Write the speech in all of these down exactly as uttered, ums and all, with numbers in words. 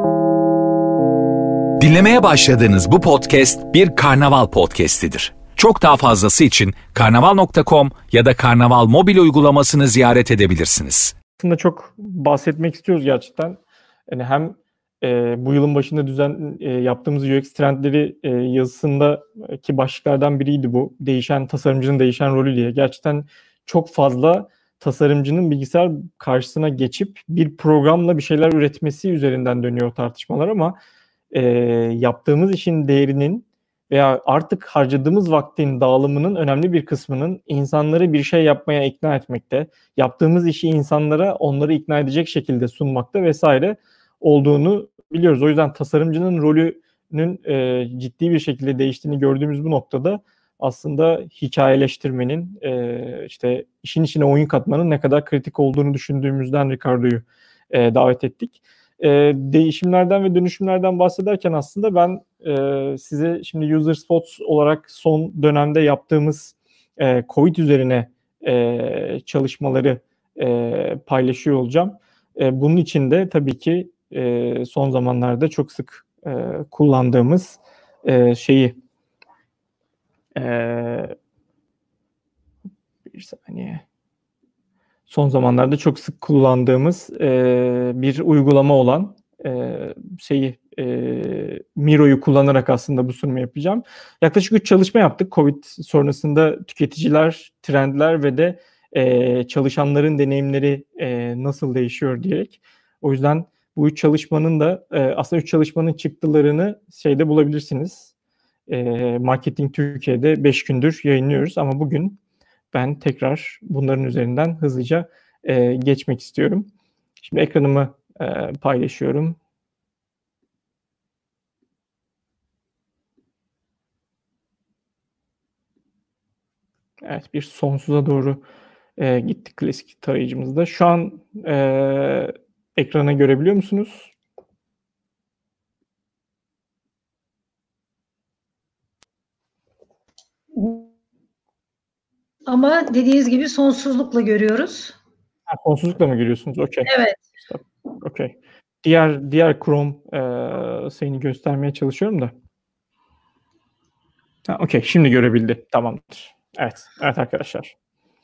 Dinlemeye başladığınız bu podcast bir karnaval podcastidir. Çok daha fazlası için karnaval nokta com ya da karnaval mobil uygulamasını ziyaret edebilirsiniz. Aslında çok bahsetmek istiyoruz gerçekten. Yani hem e, bu yılın başında düzen e, yaptığımız U X trendleri e, yazısındaki başlıklardan biriydi bu. Değişen tasarımcının değişen rolü diye. Gerçekten çok fazla tasarımcının bilgisayar karşısına geçip bir programla bir şeyler üretmesi üzerinden dönüyor tartışmalar ama e, yaptığımız işin değerinin veya artık harcadığımız vaktin dağılımının önemli bir kısmının insanları bir şey yapmaya ikna etmekte, yaptığımız işi insanlara onları ikna edecek şekilde sunmakta vesaire olduğunu biliyoruz. O yüzden tasarımcının rolünün e, ciddi bir şekilde değiştiğini gördüğümüz bu noktada aslında hikayeleştirmenin, e, işte işin içine oyun katmanın ne kadar kritik olduğunu düşündüğümüzden Ricardo'yu e, davet ettik. E, değişimlerden ve dönüşümlerden bahsederken aslında ben e, size şimdi User Spots olarak son dönemde yaptığımız e, COVID üzerine e, çalışmaları e, paylaşıyor olacağım. E, bunun için de tabii ki e, son zamanlarda çok sık e, kullandığımız e, şeyi e, bir saniye son zamanlarda çok sık kullandığımız e, bir uygulama olan e, şeyi e, Miro'yu kullanarak aslında bu sunumu yapacağım. Yaklaşık üç çalışma yaptık. Covid sonrasında tüketiciler, trendler ve de e, çalışanların deneyimleri e, nasıl değişiyor diyerek. O yüzden bu üç çalışmanın da e, aslında üç çalışmanın çıktılarını şeyde bulabilirsiniz. E, Marketing Türkiye'de beş gündür yayınlıyoruz ama bugün ben tekrar bunların üzerinden hızlıca e, geçmek istiyorum. Şimdi ekranımı e, paylaşıyorum. Evet, bir sonsuza doğru e, gittik klasik tarayıcımızda. Şu an e, ekranı görebiliyor musunuz? Ama dediğiniz gibi sonsuzlukla görüyoruz. Ha, sonsuzlukla mı görüyorsunuz? Okey. Evet. Okey. Diğer diğer Chrome e, seni göstermeye çalışıyorum da. Ha, okey. Şimdi görebildi. Tamamdır. Evet. Evet arkadaşlar.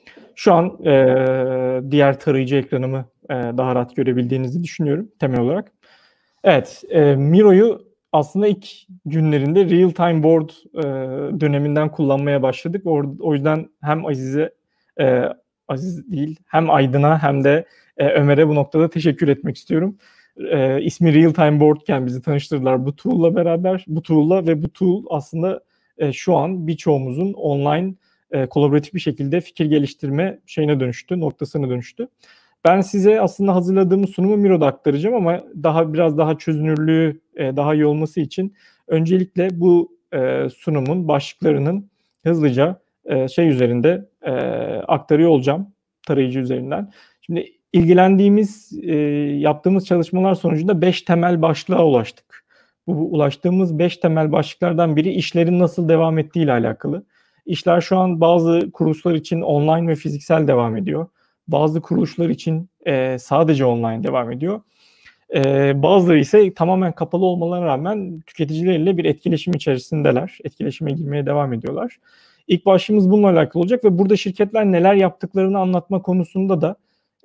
Şu an e, diğer tarayıcı ekranımı e, daha rahat görebildiğinizi düşünüyorum temel olarak. Evet. E, Miro'yu aslında ilk günlerinde Real Time Board e, döneminden kullanmaya başladık. O, o yüzden hem Aziz'e e, Aziz değil hem Aydın'a hem de e, Ömer'e bu noktada teşekkür etmek istiyorum. E, ismi Real Time Board'ken bizi tanıştırdılar bu tool'la beraber. Bu tool'la ve bu tool aslında e, şu an birçoğumuzun online e, kolaboratif bir şekilde fikir geliştirme şeyine dönüştü, noktasına dönüştü. Ben size aslında hazırladığımız sunumu Miro'da aktaracağım ama daha biraz daha çözünürlüğü e, daha iyi olması için öncelikle bu e, sunumun başlıklarının hızlıca e, şey üzerinde e, aktarıyor olacağım tarayıcı üzerinden. Şimdi ilgilendiğimiz, e, yaptığımız çalışmalar sonucunda beş temel başlığa ulaştık. Bu, bu ulaştığımız beş temel başlıklardan biri işlerin nasıl devam ettiği ile alakalı. İşler şu an bazı kuruluşlar için online ve fiziksel devam ediyor. Bazı kuruluşlar için e, sadece online devam ediyor. E, bazıları ise tamamen kapalı olmalarına rağmen tüketicilerle bir etkileşim içerisindeler. Etkileşime girmeye devam ediyorlar. İlk başlığımız bununla alakalı olacak ve burada şirketler neler yaptıklarını anlatma konusunda da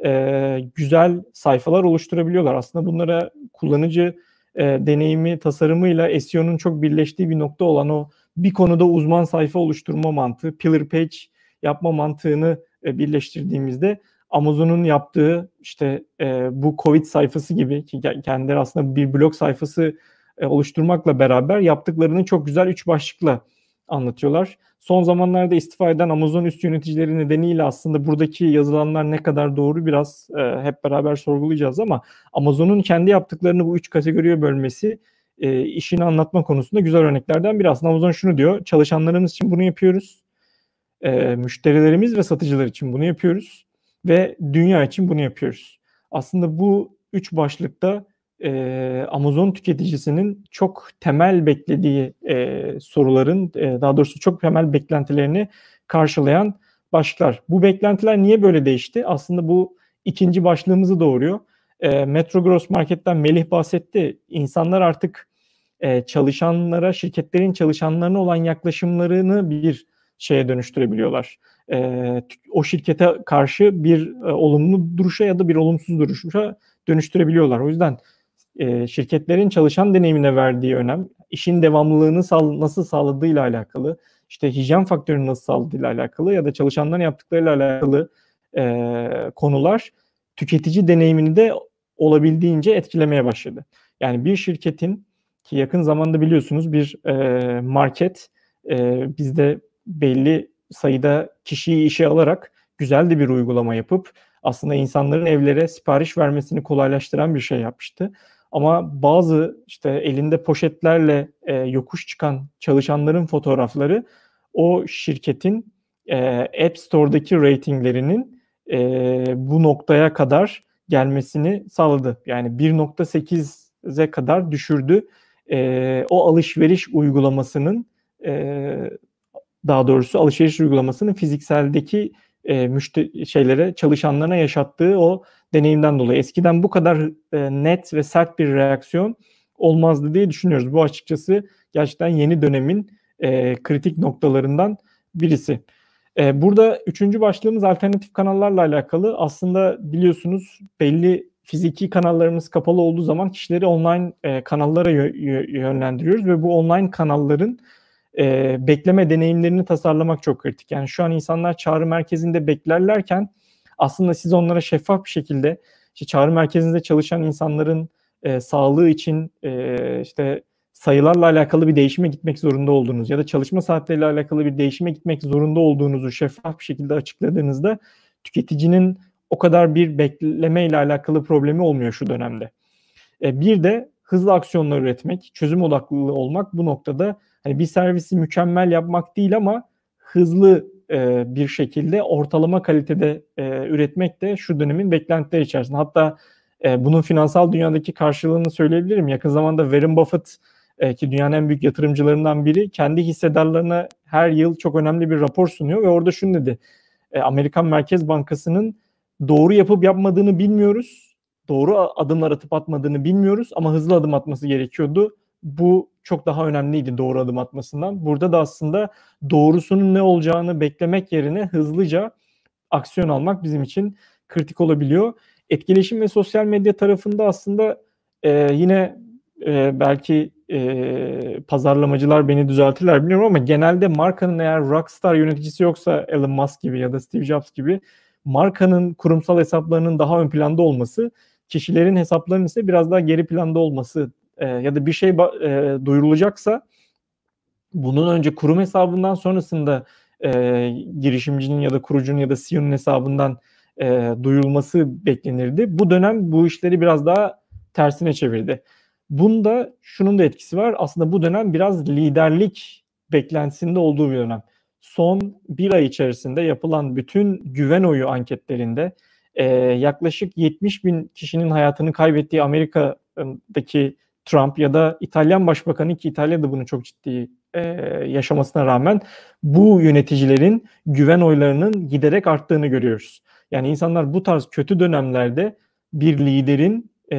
e, güzel sayfalar oluşturabiliyorlar. Aslında bunlara kullanıcı e, deneyimi, tasarımıyla S E O'nun çok birleştiği bir nokta olan o bir konuda uzman sayfa oluşturma mantığı, pillar page yapma mantığını e, birleştirdiğimizde Amazon'un yaptığı işte e, bu Covid sayfası gibi ki kendileri aslında bir blog sayfası e, oluşturmakla beraber yaptıklarını çok güzel üç başlıkla anlatıyorlar. Son zamanlarda istifa eden Amazon üst yöneticileri nedeniyle aslında buradaki yazılanlar ne kadar doğru biraz e, hep beraber sorgulayacağız ama Amazon'un kendi yaptıklarını bu üç kategoriye bölmesi e, işini anlatma konusunda güzel örneklerden biri. Aslında Amazon şunu diyor: çalışanlarımız için bunu yapıyoruz. E, müşterilerimiz ve satıcılar için bunu yapıyoruz. Ve dünya için bunu yapıyoruz. Aslında bu üç başlıkta e, Amazon tüketicisinin çok temel beklediği e, soruların, e, daha doğrusu çok temel beklentilerini karşılayan başlıklar. Bu beklentiler niye böyle değişti? Aslında bu ikinci başlığımızı doğuruyor. E, Metro Gross Market'ten Melih bahsetti. İnsanlar artık e, çalışanlara, şirketlerin çalışanlarına olan yaklaşımlarını bir şeye dönüştürebiliyorlar. E, o şirkete karşı bir e, olumlu duruşa ya da bir olumsuz duruşa dönüştürebiliyorlar. O yüzden e, şirketlerin çalışan deneyimine verdiği önem, işin devamlılığını sağ, nasıl sağladığıyla alakalı, işte hijyen faktörünü nasıl sağladığıyla alakalı ya da çalışanların yaptıklarıyla alakalı e, konular tüketici deneyimini de olabildiğince etkilemeye başladı. Yani bir şirketin, ki yakın zamanda biliyorsunuz bir e, market e, bizde belli sayıda kişiyi işe alarak güzel de bir uygulama yapıp aslında insanların evlere sipariş vermesini kolaylaştıran bir şey yapmıştı. Ama bazı işte elinde poşetlerle e, yokuş çıkan çalışanların fotoğrafları o şirketin e, App Store'daki ratinglerinin e, bu noktaya kadar gelmesini sağladı. Yani bir nokta sekize kadar düşürdü. E, o alışveriş uygulamasının e, daha doğrusu alışveriş uygulamasının fizikseldeki e, müşteri şeylere, çalışanlarına yaşattığı o deneyimden dolayı. Eskiden bu kadar e, net ve sert bir reaksiyon olmazdı diye düşünüyoruz. Bu açıkçası gerçekten yeni dönemin e, kritik noktalarından birisi. E, burada üçüncü başlığımız alternatif kanallarla alakalı. Aslında biliyorsunuz belli fiziki kanallarımız kapalı olduğu zaman kişileri online e, kanallara yö- yönlendiriyoruz ve bu online kanalların e, bekleme deneyimlerini tasarlamak çok kritik. Yani şu an insanlar çağrı merkezinde beklerlerken aslında siz onlara şeffaf bir şekilde işte çağrı merkezinde çalışan insanların e, sağlığı için e, işte sayılarla alakalı bir değişime gitmek zorunda olduğunuz ya da çalışma saatleriyle alakalı bir değişime gitmek zorunda olduğunuzu şeffaf bir şekilde açıkladığınızda tüketicinin o kadar bir bekleme ile alakalı problemi olmuyor şu dönemde. E, bir de hızlı aksiyonlar üretmek, çözüm odaklı olmak bu noktada hani bir servisi mükemmel yapmak değil ama hızlı e, bir şekilde ortalama kalitede e, üretmek de şu dönemin beklentileri içerisinde. Hatta e, bunun finansal dünyadaki karşılığını söyleyebilirim. Yakın zamanda Warren Buffett e, ki dünyanın en büyük yatırımcılarından biri kendi hissedarlarına her yıl çok önemli bir rapor sunuyor ve orada şunu dedi. E, Amerikan Merkez Bankası'nın doğru yapıp yapmadığını bilmiyoruz. Doğru adımlar atıp atmadığını bilmiyoruz ama hızlı adım atması gerekiyordu. Bu çok daha önemliydi doğru adım atmasından. Burada da aslında doğrusunun ne olacağını beklemek yerine hızlıca aksiyon almak bizim için kritik olabiliyor. Etkileşim ve sosyal medya tarafında aslında e, yine e, belki e, pazarlamacılar beni düzeltirler bilmiyorum ama genelde markanın eğer rockstar yöneticisi yoksa Elon Musk gibi ya da Steve Jobs gibi markanın kurumsal hesaplarının daha ön planda olması, kişilerin hesaplarının ise biraz daha geri planda olması e, ya da bir şey e, duyurulacaksa bunun önce kurum hesabından sonrasında e, girişimcinin ya da kurucunun ya da C E O'nun hesabından e, duyurulması beklenirdi. Bu dönem bu işleri biraz daha tersine çevirdi. Bunda şunun da etkisi var. Aslında bu dönem biraz liderlik beklentisinde olduğu bir dönem. Son bir ay içerisinde yapılan bütün güven oyu anketlerinde e, yaklaşık yetmiş bin kişinin hayatını kaybettiği Amerika'daki Trump ya da İtalyan Başbakanı, ki İtalya da bunu çok ciddi e, yaşamasına rağmen bu yöneticilerin güven oylarının giderek arttığını görüyoruz. Yani insanlar bu tarz kötü dönemlerde bir liderin e,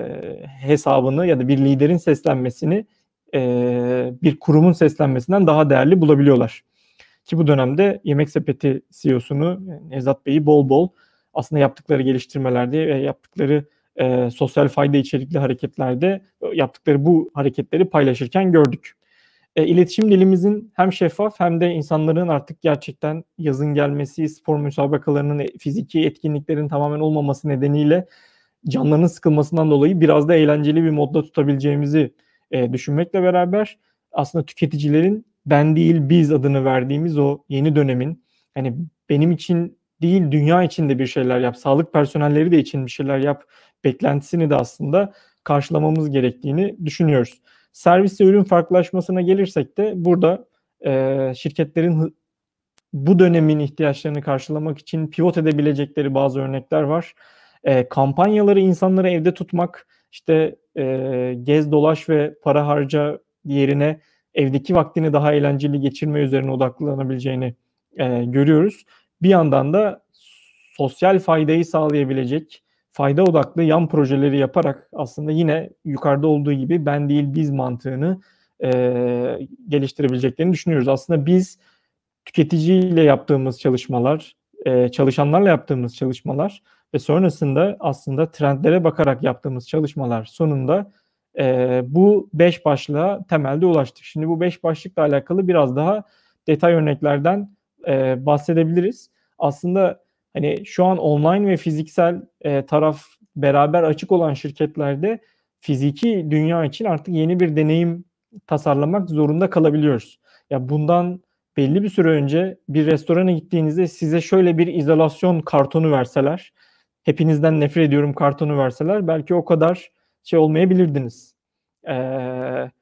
hesabını ya da bir liderin seslenmesini e, bir kurumun seslenmesinden daha değerli bulabiliyorlar. Ki bu dönemde Yemek Sepeti C E O'sunu Nevzat Bey'i bol bol aslında yaptıkları geliştirmelerde ve yaptıkları e, sosyal fayda içerikli hareketlerde yaptıkları bu hareketleri paylaşırken gördük. E, iletişim dilimizin hem şeffaf hem de insanların artık gerçekten yazın gelmesi, spor müsabakalarının, fiziki etkinliklerin tamamen olmaması nedeniyle canlarının sıkılmasından dolayı biraz da eğlenceli bir modda tutabileceğimizi e, düşünmekle beraber aslında tüketicilerin ben değil biz adını verdiğimiz o yeni dönemin hani benim için değil dünya için de bir şeyler yap, sağlık personelleri de için bir şeyler yap beklentisini de aslında karşılamamız gerektiğini düşünüyoruz. Servis ve ürün farklılaşmasına gelirsek de burada e, şirketlerin bu dönemin ihtiyaçlarını karşılamak için pivot edebilecekleri bazı örnekler var. E, kampanyaları insanları evde tutmak, işte e, gez dolaş ve para harca yerine evdeki vaktini daha eğlenceli geçirme üzerine odaklanabileceğini e, görüyoruz. Bir yandan da sosyal faydayı sağlayabilecek, fayda odaklı yan projeleri yaparak aslında yine yukarıda olduğu gibi ben değil biz mantığını e, geliştirebileceklerini düşünüyoruz. Aslında biz tüketiciyle yaptığımız çalışmalar, e, çalışanlarla yaptığımız çalışmalar ve sonrasında aslında trendlere bakarak yaptığımız çalışmalar sonunda e, bu beş başlığa temelde ulaştık. Şimdi bu beş başlıkla alakalı biraz daha detay örneklerden e, bahsedebiliriz. Aslında hani şu an online ve fiziksel e, taraf beraber açık olan şirketlerde fiziki dünya için artık yeni bir deneyim tasarlamak zorunda kalabiliyoruz. Ya bundan belli bir süre önce bir restorana gittiğinizde size şöyle bir izolasyon kartonu verseler, hepinizden nefret ediyorum kartonu verseler belki o kadar şey olmayabilirdiniz. Ee,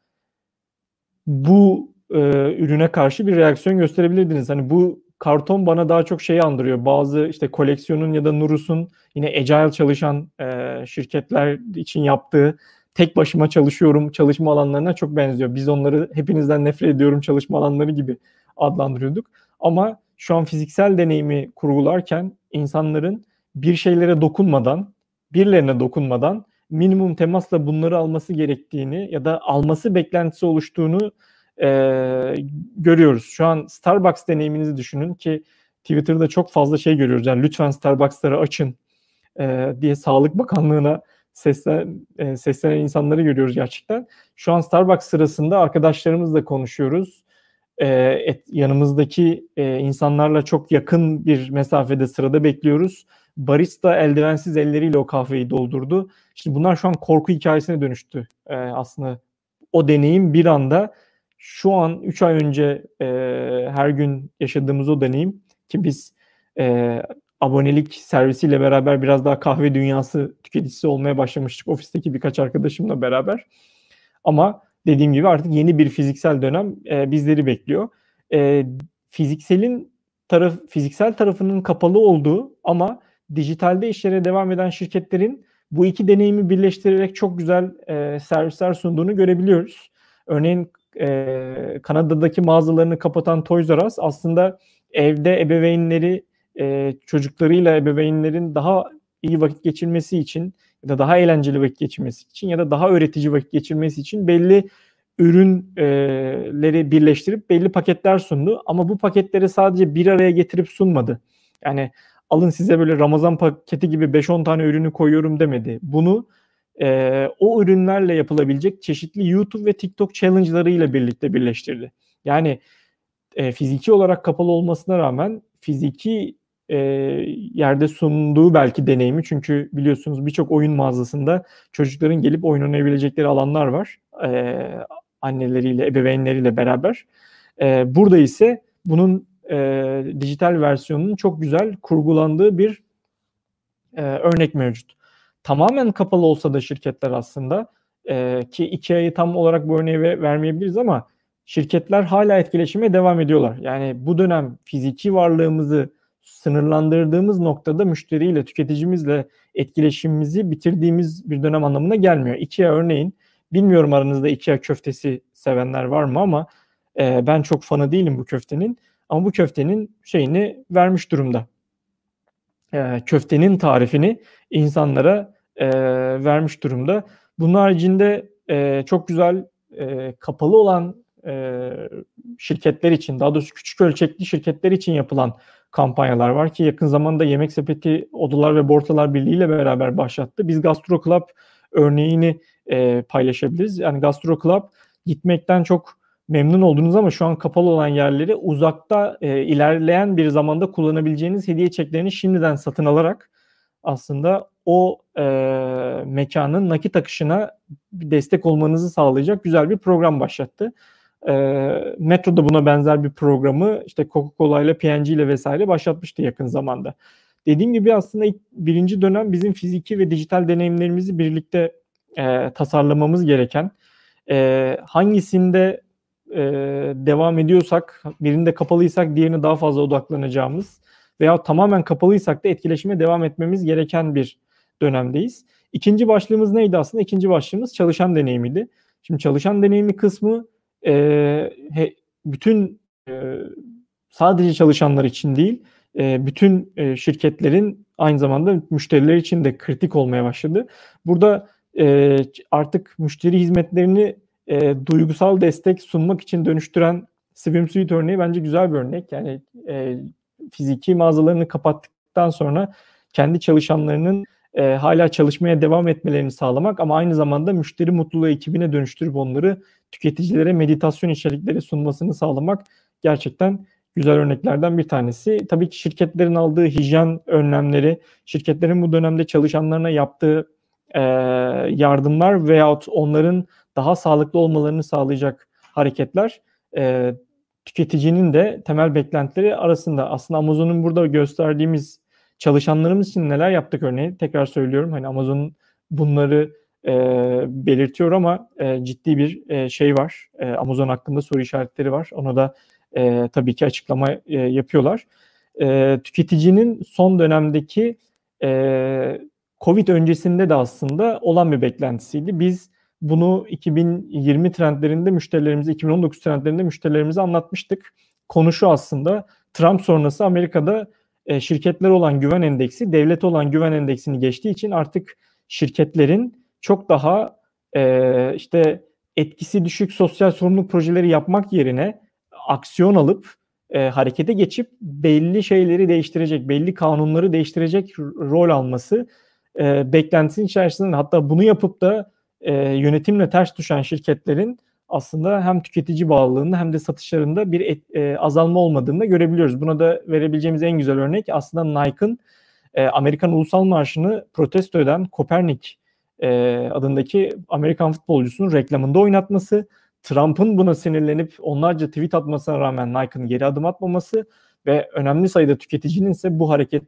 bu e, ürüne karşı bir reaksiyon gösterebilirdiniz. Hani bu karton bana daha çok şeyi andırıyor. Bazı işte koleksiyonun ya da Nurus'un yine agile çalışan e, şirketler için yaptığı tek başıma çalışıyorum çalışma alanlarına çok benziyor. Biz onları hepinizden nefret ediyorum çalışma alanları gibi adlandırıyorduk. Ama şu an fiziksel deneyimi kurgularken insanların bir şeylere dokunmadan, birilerine dokunmadan minimum temasla bunları alması gerektiğini ya da alması beklentisi oluştuğunu e, görüyoruz. Şu an Starbucks deneyiminizi düşünün ki Twitter'da çok fazla şey görüyoruz. Yani lütfen Starbucks'ları açın e, diye Sağlık Bakanlığı'na seslen, e, seslenen insanları görüyoruz gerçekten. Şu an Starbucks sırasında arkadaşlarımızla konuşuyoruz. E, et, yanımızdaki e, insanlarla çok yakın bir mesafede sırada bekliyoruz. Barista eldivensiz elleriyle o kahveyi doldurdu. İşte bunlar şu an korku hikayesine dönüştü. E, aslında o deneyim bir anda şu an üç ay önce e, her gün yaşadığımız o deneyim ki biz e, abonelik servisiyle beraber biraz daha kahve dünyası tüketicisi olmaya başlamıştık ofisteki birkaç arkadaşımla beraber. Ama dediğim gibi artık yeni bir fiziksel dönem e, bizleri bekliyor. E, fizikselin taraf, fiziksel tarafının kapalı olduğu ama dijitalde işlere devam eden şirketlerin bu iki deneyimi birleştirerek çok güzel e, servisler sunduğunu görebiliyoruz. Örneğin e, Kanada'daki mağazalarını kapatan Toys R Us aslında evde ebeveynleri e, çocuklarıyla ebeveynlerin daha iyi vakit geçirmesi için ya da daha eğlenceli vakit geçirmesi için ya da daha öğretici vakit geçirmesi için belli ürünleri birleştirip belli paketler sundu. Ama bu paketleri sadece bir araya getirip sunmadı. Yani alın size böyle Ramazan paketi gibi beş on tane ürünü koyuyorum demedi. Bunu e, o ürünlerle yapılabilecek çeşitli YouTube ve TikTok challenge'larıyla birlikte birleştirdi. Yani e, fiziki olarak kapalı olmasına rağmen fiziki e, yerde sunduğu belki deneyimi, çünkü biliyorsunuz birçok oyun mağazasında çocukların gelip oyun oynayabilecekleri alanlar var. E, anneleriyle, ebeveynleriyle beraber. E, burada ise bunun e, dijital versiyonunun çok güzel kurgulandığı bir e, örnek mevcut. Tamamen kapalı olsa da şirketler aslında e, ki Ikea'yı tam olarak bu örneği vermeyebiliriz ama şirketler hala etkileşime devam ediyorlar. Yani bu dönem fiziki varlığımızı sınırlandırdığımız noktada müşteriyle, tüketicimizle etkileşimimizi bitirdiğimiz bir dönem anlamına gelmiyor. Ikea örneğin, bilmiyorum aranızda Ikea köftesi sevenler var mı ama e, ben çok fanı değilim bu köftenin. Ama bu köftenin şeyini vermiş durumda. E, köftenin tarifini insanlara e, vermiş durumda. Bunun haricinde e, çok güzel e, kapalı olan e, şirketler için, daha doğrusu küçük ölçekli şirketler için yapılan kampanyalar var ki yakın zamanda Yemek Sepeti Odalar ve Borsalar Birliği ile beraber başlattı. Biz Gastro Club örneğini e, paylaşabiliriz. Yani Gastro Club gitmekten çok memnun oldunuz ama şu an kapalı olan yerleri uzakta e, ilerleyen bir zamanda kullanabileceğiniz hediye çeklerini şimdiden satın alarak aslında o e, mekanın nakit akışına destek olmanızı sağlayacak güzel bir program başlattı. E, Metro da buna benzer bir programı işte Coca-Cola ile P and G ile vesaire başlatmıştı yakın zamanda. Dediğim gibi aslında ilk birinci dönem bizim fiziki ve dijital deneyimlerimizi birlikte e, tasarlamamız gereken, e, hangisinde e, devam ediyorsak, birinde kapalıysak diğerine daha fazla odaklanacağımız veya tamamen kapalıysak da etkileşime devam etmemiz gereken bir dönemdeyiz. İkinci başlığımız neydi aslında? İkinci başlığımız çalışan deneyimiydi. Şimdi çalışan deneyimi kısmı e, he, bütün e, sadece çalışanlar için değil, e, bütün e, şirketlerin aynı zamanda müşteriler için de kritik olmaya başladı. Burada e, artık müşteri hizmetlerini e, duygusal destek sunmak için dönüştüren SwimSuite örneği bence güzel bir örnek. Yani e, fiziki mağazalarını kapattıktan sonra kendi çalışanlarının e, hala çalışmaya devam etmelerini sağlamak ama aynı zamanda müşteri mutluluğu ekibine dönüştürüp onları tüketicilere meditasyon içerikleri sunmasını sağlamak gerçekten güzel örneklerden bir tanesi. Tabii ki şirketlerin aldığı hijyen önlemleri, şirketlerin bu dönemde çalışanlarına yaptığı e, yardımlar veyahut onların daha sağlıklı olmalarını sağlayacak hareketler e, tüketicinin de temel beklentileri arasında. Aslında Amazon'un burada gösterdiğimiz çalışanlarımız için neler yaptık örneğin tekrar söylüyorum. Hani Amazon bunları e, belirtiyor ama e, ciddi bir e, şey var. E, Amazon hakkında soru işaretleri var. Onu da e, tabii ki açıklama e, yapıyorlar. E, tüketicinin son dönemdeki e, Covid öncesinde de aslında olan bir beklentisiydi. Biz bunu iki bin yirmi trendlerinde müşterilerimize, iki bin on dokuz trendlerinde müşterilerimize anlatmıştık. Konu şu aslında, Trump sonrası Amerika'da e, şirketlere olan güven endeksi, devlete olan güven endeksini geçtiği için artık şirketlerin çok daha e, işte etkisi düşük sosyal sorumluluk projeleri yapmak yerine aksiyon alıp e, harekete geçip belli şeyleri değiştirecek, belli kanunları değiştirecek rol alması e, beklentisinin içerisinde. Hatta bunu yapıp da e, yönetimle ters düşen şirketlerin aslında hem tüketici bağlılığında hem de satışlarında bir et, e, azalma olmadığını da görebiliyoruz. Buna da verebileceğimiz en güzel örnek aslında Nike'ın e, Amerikan Ulusal Marşı'nı protesto eden Kopernik e, adındaki Amerikan futbolcusunun reklamında oynatması, Trump'ın buna sinirlenip onlarca tweet atmasına rağmen Nike'ın geri adım atmaması ve önemli sayıda tüketicinin ise bu hareket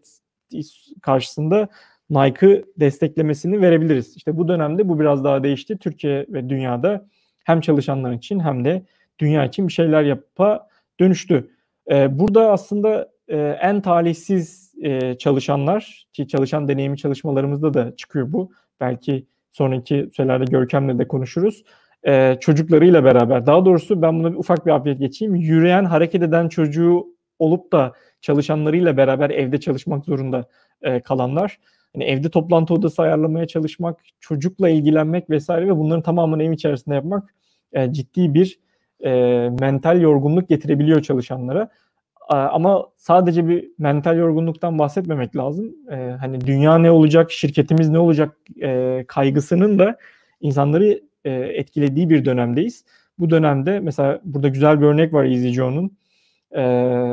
karşısında Nike'ı desteklemesini verebiliriz. İşte bu dönemde bu biraz daha değişti. Türkiye ve dünyada hem çalışanlar için hem de dünya için bir şeyler yapa dönüştü. Ee, burada aslında e, en talihsiz e, çalışanlar, ki çalışan deneyimi çalışmalarımızda da çıkıyor bu. Belki sonraki şeylerde Görkem'le de konuşuruz. Ee, çocuklarıyla beraber, daha doğrusu ben buna bir ufak bir update geçeyim. Yürüyen, hareket eden çocuğu olup da çalışanlarıyla beraber evde çalışmak zorunda e, kalanlar. Yani evde toplantı odası ayarlamaya çalışmak, çocukla ilgilenmek vesaire ve bunların tamamını ev içerisinde yapmak e, ciddi bir e, mental yorgunluk getirebiliyor çalışanlara. E, ama sadece bir mental yorgunluktan bahsetmemek lazım. E, hani dünya ne olacak, şirketimiz ne olacak e, kaygısının da insanları e, etkilediği bir dönemdeyiz. Bu dönemde mesela burada güzel bir örnek var EasyJoe'nun. E,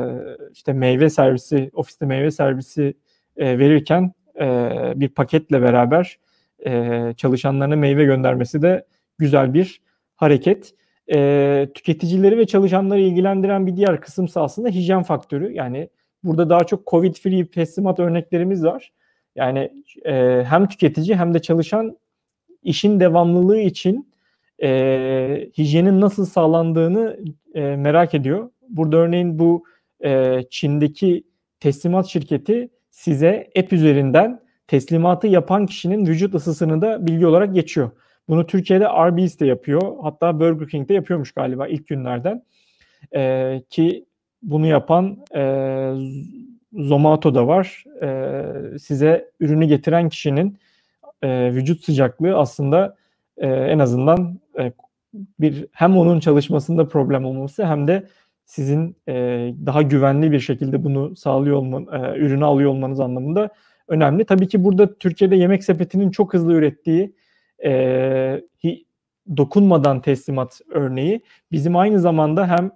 işte meyve servisi, ofiste meyve servisi e, verirken e, bir paketle beraber e, çalışanlarına meyve göndermesi de güzel bir hareket. E, tüketicileri ve çalışanları ilgilendiren bir diğer kısımsa aslında hijyen faktörü. Yani burada daha çok Covid-free teslimat örneklerimiz var. Yani e, hem tüketici hem de çalışan işin devamlılığı için e, hijyenin nasıl sağlandığını e, merak ediyor. Burada örneğin bu e, Çin'deki teslimat şirketi size app üzerinden teslimatı yapan kişinin vücut ısısını da bilgi olarak geçiyor. Bunu Türkiye'de Arby's de yapıyor. Hatta Burger King de yapıyormuş galiba ilk günlerden. E, ki bunu yapan e, Zomato da var. E, size ürünü getiren kişinin e, vücut sıcaklığı aslında e, en azından e, bir hem onun çalışmasında problem olması hem de sizin e, daha güvenli bir şekilde bunu sağlıyor olman, e, ürünü alıyor olmanız anlamında önemli. Tabii ki burada Türkiye'de Yemek Sepeti'nin çok hızlı ürettiği e, hi, dokunmadan teslimat örneği bizim aynı zamanda hem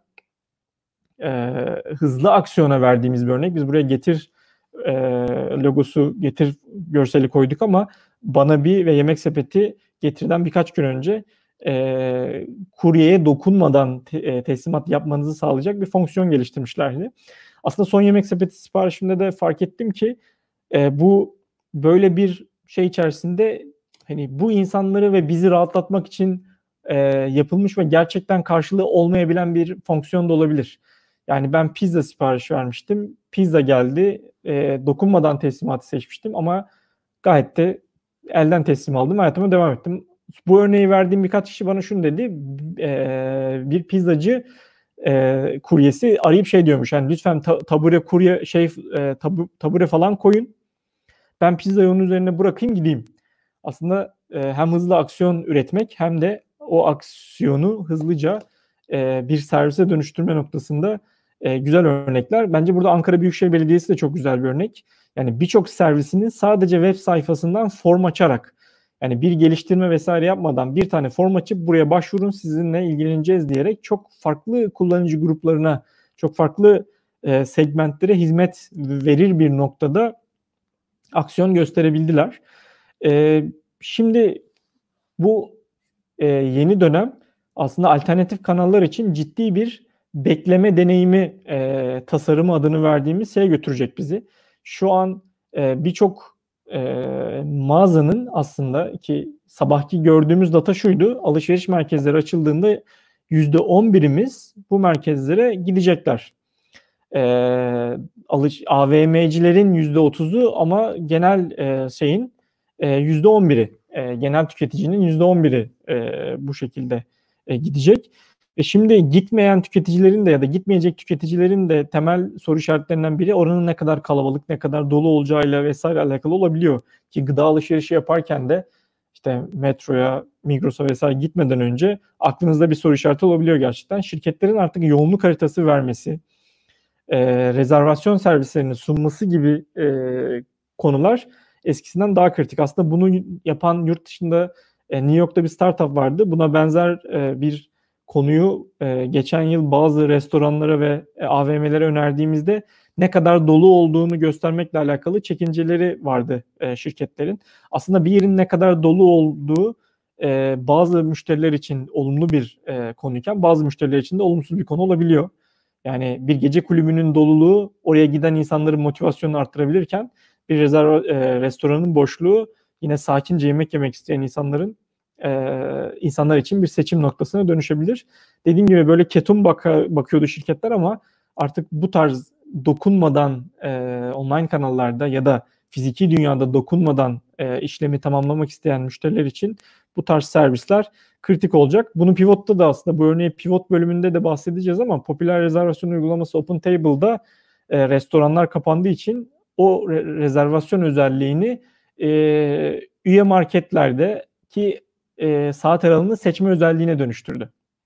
e, hızlı aksiyona verdiğimiz bir örnek. Biz buraya Getir e, logosu, Getir görseli koyduk ama Banabi ve Yemek Sepeti Getir'den birkaç gün önce e, kuryeye dokunmadan te, e, teslimat yapmanızı sağlayacak bir fonksiyon geliştirmişlerdi. Aslında son Yemek Sepeti siparişimde de fark ettim ki e, bu böyle bir şey içerisinde hani bu insanları ve bizi rahatlatmak için e, yapılmış ve gerçekten karşılığı olmayabilen bir fonksiyon da olabilir. Yani ben pizza sipariş vermiştim. Pizza geldi. E, dokunmadan teslimatı seçmiştim ama gayet de elden teslim aldım. Hayatıma devam ettim. Bu örneği verdiğim birkaç kişi bana şunu dedi. E, bir pizzacı e, kuryesi arayıp şey diyormuş. Yani lütfen ta, tabure kurye şey e, tabu, tabure falan koyun. Ben pizzayı onun üzerine bırakayım gideyim. Aslında e, hem hızlı aksiyon üretmek hem de o aksiyonu hızlıca e, bir servise dönüştürme noktasında e, güzel örnekler. Bence burada Ankara Büyükşehir Belediyesi de çok güzel bir örnek. Yani birçok servisinin sadece web sayfasından form açarak, yani bir geliştirme vesaire yapmadan bir tane form açıp buraya başvurun sizinle ilgileneceğiz diyerek çok farklı kullanıcı gruplarına, çok farklı e, segmentlere hizmet verir bir noktada aksiyon gösterebildiler. E, şimdi bu e, yeni dönem aslında alternatif kanallar için ciddi bir bekleme deneyimi e, tasarımı adını verdiğimiz şeye götürecek bizi. Şu an e, birçok e, mağazanın aslında ki sabahki gördüğümüz data şuydu. Alışveriş merkezleri açıldığında yüzde on birimiz bu merkezlere gidecekler. E, alış, A V M'cilerin yüzde otuzu ama genel e, şeyin e, yüzde on biri. E, genel tüketicinin yüzde on biri e, bu şekilde e, gidecek. Ve şimdi gitmeyen tüketicilerin de ya da gitmeyecek tüketicilerin de temel soru işaretlerinden biri oranın ne kadar kalabalık, ne kadar dolu olacağıyla vesaire alakalı olabiliyor. Ki gıda alışverişi yaparken de işte metroya, Migros'a vesaire gitmeden önce aklınızda bir soru işareti olabiliyor gerçekten. Şirketlerin artık yoğunluk haritası vermesi, e, rezervasyon servislerini sunması gibi e, konular eskisinden daha kritik. Aslında bunu yapan yurt dışında e, New York'ta bir startup vardı. Buna benzer e, bir konuyu e, geçen yıl bazı restoranlara ve e, A V M'lere önerdiğimizde ne kadar dolu olduğunu göstermekle alakalı çekinceleri vardı e, şirketlerin. Aslında bir yerin ne kadar dolu olduğu e, bazı müşteriler için olumlu bir e, konuyken bazı müşteriler için de olumsuz bir konu olabiliyor. Yani bir gece kulübünün doluluğu oraya giden insanların motivasyonunu arttırabilirken bir rezerv e, restoranın boşluğu yine sakince yemek yemek isteyen insanların e, insanlar için bir seçim noktasına dönüşebilir. Dediğim gibi böyle ketum baka, bakıyordu şirketler ama artık bu tarz dokunmadan e, online kanallarda ya da fiziki dünyada dokunmadan e, işlemi tamamlamak isteyen müşteriler için bu tarz servisler kritik olacak. Bunu Pivot'ta da aslında bu örneği Pivot bölümünde de bahsedeceğiz ama popüler rezervasyon uygulaması OpenTable'da e, restoranlar kapandığı için o re- rezervasyon özelliğini e, üye marketlerdeki e, saat aralığını seçme özelliğine dönüştürdü.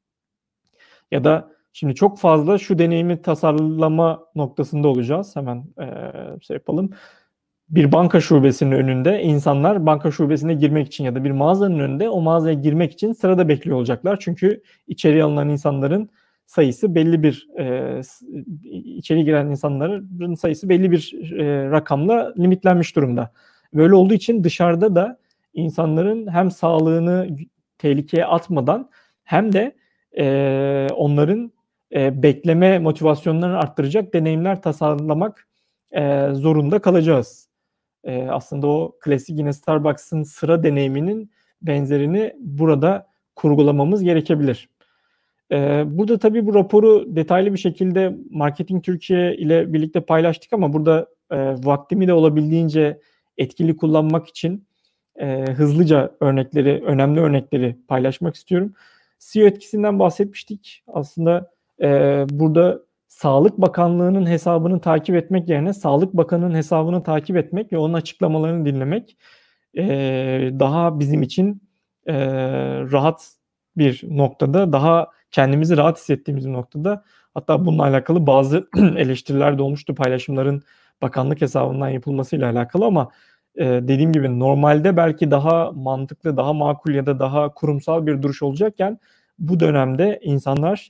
Ya da şimdi çok fazla şu deneyimi tasarlama noktasında olacağız. Hemen e, şey yapalım. Bir banka şubesinin önünde insanlar banka şubesine girmek için ya da bir mağazanın önünde o mağazaya girmek için sırada bekliyor olacaklar. Çünkü içeriye alınan insanların sayısı belli bir e, içeri giren insanların sayısı belli bir e, rakamla limitlenmiş durumda. Böyle olduğu için dışarıda da insanların hem sağlığını tehlikeye atmadan hem de e, onların e, bekleme motivasyonlarını arttıracak deneyimler tasarlamak e, zorunda kalacağız. E, aslında o klasik yine Starbucks'ın sıra deneyiminin benzerini burada kurgulamamız gerekebilir. Ee, burada tabii bu raporu detaylı bir şekilde Marketing Türkiye ile birlikte paylaştık ama burada e, vaktimi de olabildiğince etkili kullanmak için e, hızlıca örnekleri, önemli örnekleri paylaşmak istiyorum. S E O etkisinden bahsetmiştik. Aslında e, burada Sağlık Bakanlığı'nın hesabını takip etmek yerine Sağlık Bakanı'nın hesabını takip etmek ve onun açıklamalarını dinlemek e, daha bizim için e, rahat bir noktada, daha kendimizi rahat hissettiğimiz bir noktada. Hatta bununla alakalı bazı eleştiriler de olmuştu paylaşımların bakanlık hesabından yapılmasıyla alakalı ama e, dediğim gibi normalde belki daha mantıklı, daha makul ya da daha kurumsal bir duruş olacakken bu dönemde insanlar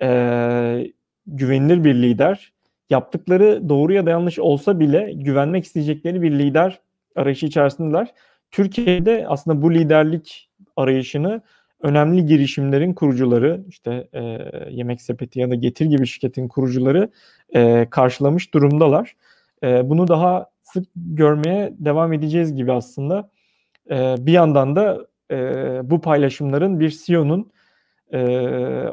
e, güvenilir bir lider, yaptıkları doğru ya da yanlış olsa bile güvenmek isteyecekleri bir lider arayışı içerisindeler. Türkiye'de aslında bu liderlik arayışını önemli girişimlerin kurucuları, işte e, Yemek Sepeti ya da Getir gibi şirketin kurucuları e, karşılamış durumdalar. E, bunu daha sık görmeye devam edeceğiz gibi aslında. E, bir yandan da e, bu paylaşımların bir C E O'nun e,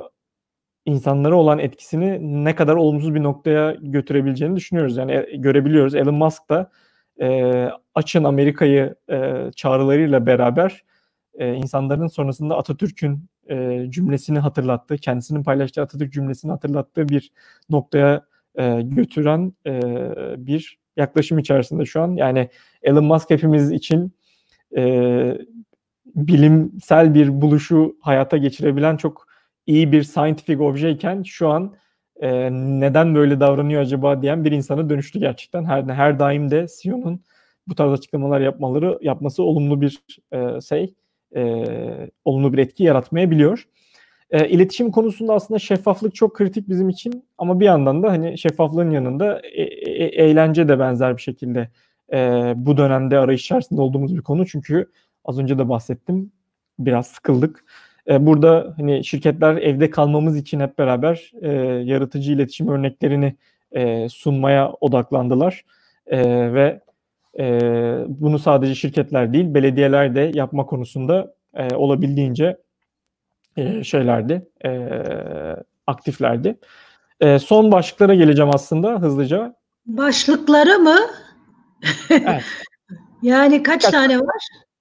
insanlara olan etkisini ne kadar olumsuz bir noktaya götürebileceğini düşünüyoruz. Yani e, görebiliyoruz. Elon Musk da e, açın Amerika'yı e, çağrılarıyla beraber e, insanların sonrasında Atatürk'ün e, cümlesini hatırlattığı, kendisinin paylaştığı Atatürk cümlesini hatırlattığı bir noktaya e, götüren e, bir yaklaşım içerisinde şu an. Yani Elon Musk hepimiz için e, bilimsel bir buluşu hayata geçirebilen çok iyi bir scientific objeyken şu an e, neden böyle davranıyor acaba diyen bir insana dönüştü gerçekten. Her her daim de C E O'nun bu tarz açıklamalar yapmaları yapması olumlu bir e, şey, e, olumlu bir etki yaratmayabiliyor. E, iletişim konusunda aslında şeffaflık çok kritik bizim için ama bir yandan da hani şeffaflığın yanında e, e, eğlence de benzer bir şekilde e, bu dönemde arayış içerisinde olduğumuz bir konu. Çünkü az önce de bahsettim, biraz sıkıldık. E, burada hani şirketler evde kalmamız için hep beraber e, yaratıcı iletişim örneklerini e, sunmaya odaklandılar e, ve e, bunu sadece şirketler değil, belediyeler de yapma konusunda e, olabildiğince e, şeylerdi, e, aktiflerdi. E, son başlıklara geleceğim aslında hızlıca. Başlıkları mı? Evet. Yani kaç, kaç tane var?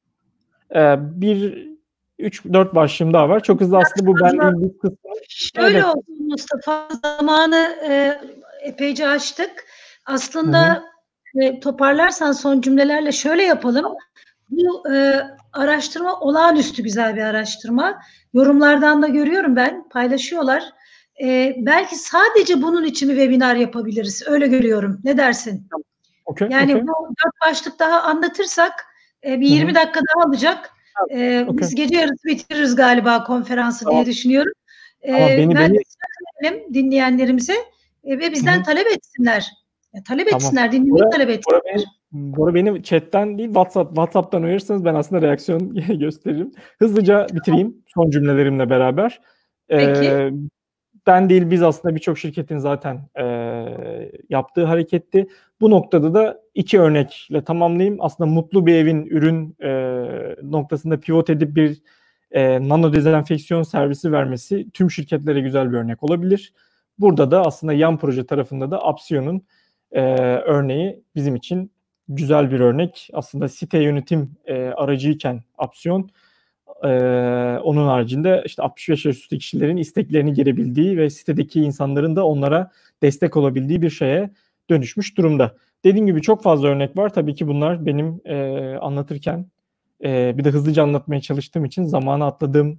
E, bir, üç, dört başlığım daha var. Çok hızlı aslında bu benliğin bir kısmı. Şöyle evet. oldu Mustafa, zamanı e, epeyce açtık. Aslında e, toparlarsan son cümlelerle şöyle yapalım. Bu e, araştırma olağanüstü güzel bir araştırma. Yorumlardan da görüyorum ben, paylaşıyorlar. E, belki sadece bunun için bir webinar yapabiliriz. Öyle görüyorum. Ne dersin? Okay, yani okay. bu dört başlık daha anlatırsak e, bir yirmi Hı-hı. dakika daha alacak. E, okay. Biz gece yarısı bitiririz galiba konferansı tamam. diye düşünüyorum. E, beni, ben beni... söyleyelim dinleyenlerimize e, ve bizden Hı-hı. talep etsinler. Ya, talep tamam. etsinler, dinlemeyi talep etsinler. Bu arada beni chatten değil WhatsApp, WhatsApp'tan uyarırsanız ben aslında reaksiyon gösteririm. Hızlıca bitireyim son cümlelerimle beraber. Peki. Ee, ben değil biz aslında birçok şirketin zaten e, yaptığı hareketti. Bu noktada da iki örnekle tamamlayayım. Aslında mutlu bir evin ürün e, noktasında pivot edip bir e, nano dezenfeksiyon servisi vermesi tüm şirketlere güzel bir örnek olabilir. Burada da aslında yan proje tarafında da Apsiyon'un e, örneği bizim için güzel bir örnek. Aslında site yönetim e, aracıyken Apsiyon, e, onun haricinde işte altmış beş yaş üstü kişilerin isteklerini girebildiği ve sitedeki insanların da onlara destek olabildiği bir şeye dönüşmüş durumda. Dediğim gibi çok fazla örnek var. Tabii ki bunlar benim e, anlatırken e, bir de hızlıca anlatmaya çalıştığım için zamanı atladığım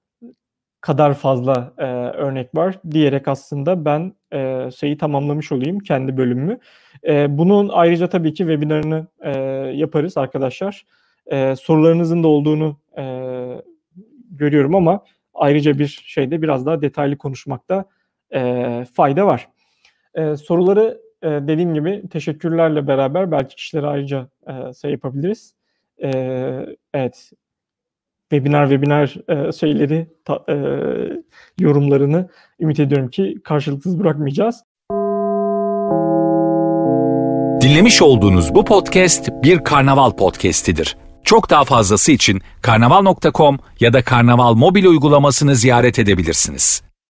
kadar fazla e, örnek var diyerek aslında ben e, şeyi tamamlamış olayım, kendi bölümümü. E, bunun ayrıca tabii ki webinarını e, yaparız arkadaşlar. E, sorularınızın da olduğunu e, görüyorum ama ayrıca bir şeyde biraz daha detaylı konuşmakta e, fayda var. E, soruları e, dediğim gibi teşekkürlerle beraber belki kişilere ayrıca e, şey yapabiliriz. E, evet. Webinar webinar e, şeyleri ta, e, yorumlarını ümit ediyorum ki karşılıksız bırakmayacağız. Dinlemiş olduğunuz bu podcast bir Karnaval podcastidir. Çok daha fazlası için karnaval nokta com ya da Karnaval mobil uygulamasını ziyaret edebilirsiniz.